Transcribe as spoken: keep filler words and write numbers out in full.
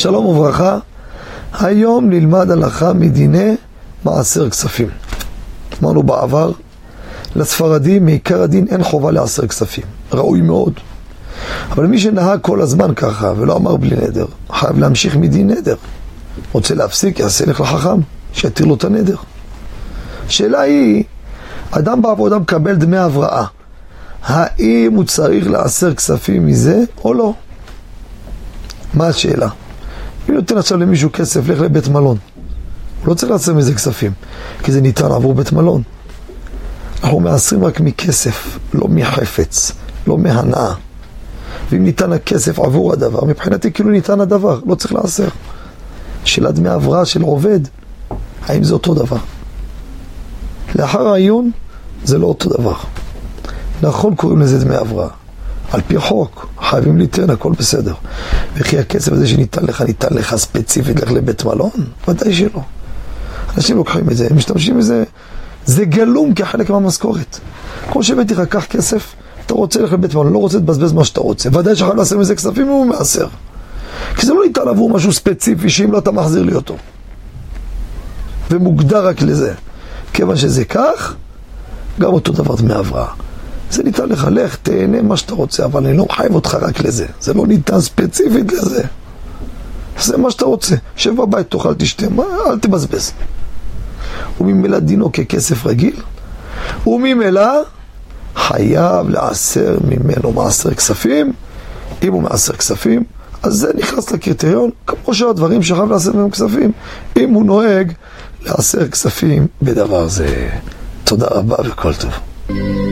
שלום וברכה. היום נלמד הלכה מדיני מעשר כספים. אמרנו בעבר, לספרדים מעיקר הדין אין חובה לעשר כספים. ראוי מאוד. אבל מי שנהג כל הזמן ככה ולא אמר בלי נדר, חייב להמשיך מדין נדר. רוצה להפסיק, יעשה לך לחכם, שיתיר לו את הנדר. השאלה היא, אדם בעבודה מקבל דמי הבראה. האם הוא צריך לעשר כספים מזה או לא? מה השאלה? אם נותן עכשיו למישהו כסף, לך לבית מלון. הוא לא צריך לעשר מזה כספים, כי זה ניתן עבור בית מלון. אנחנו מעשרים רק מכסף, לא מחפץ, לא מהנאה. ואם ניתן הכסף עבור הדבר, מבחינתי כאילו ניתן הדבר, לא צריך לעשר. שאלה דמי הבראה של עובד, האם זה אותו דבר? לאחר העיון, זה לא אותו דבר. נכון קוראים לזה דמי הבראה. על פי חוק, חייבים ליתן, הכל בסדר. וכי הכסף הזה שניתן לך, ניתן לך ספציפית, לך לבית מלון? ודאי שלא. אנשים לוקחים את זה, הם משתמשים בזה, זה גלום כחלק מהמשכורת. כמו שהבאתי לך, קח כסף, אתה רוצה ללכת לבית מלון, לא רוצה לבזבז מה שאתה רוצה. ודאי שחייב לעשר מזה כספים, הוא מעשר. כי זה לא ניתן עבור משהו ספציפי, שאם לא אתה מחזיר לי אותו. ומוגדר רק לזה. כיוון שזה כך, גם אותו דבר דמי הבראה. זה ניתן לך, לך, תהנה מה שאתה רוצה, אבל אני לא חייב אותך רק לזה. זה לא ניתן ספציפית לזה. זה מה שאתה רוצה. שב בבית, תאכל, תשתה, מה? אל תבזבז. וממילא דינו ככסף רגיל, וממילא חייב לעשר ממנו מעשר כספים. אם הוא מעשר כספים, אז זה נכנס לקריטריון, כמו שהדברים שחייב לעשר ממנו כספים, אם הוא נוהג לעשר כספים בדבר זה. תודה רבה וכל טוב.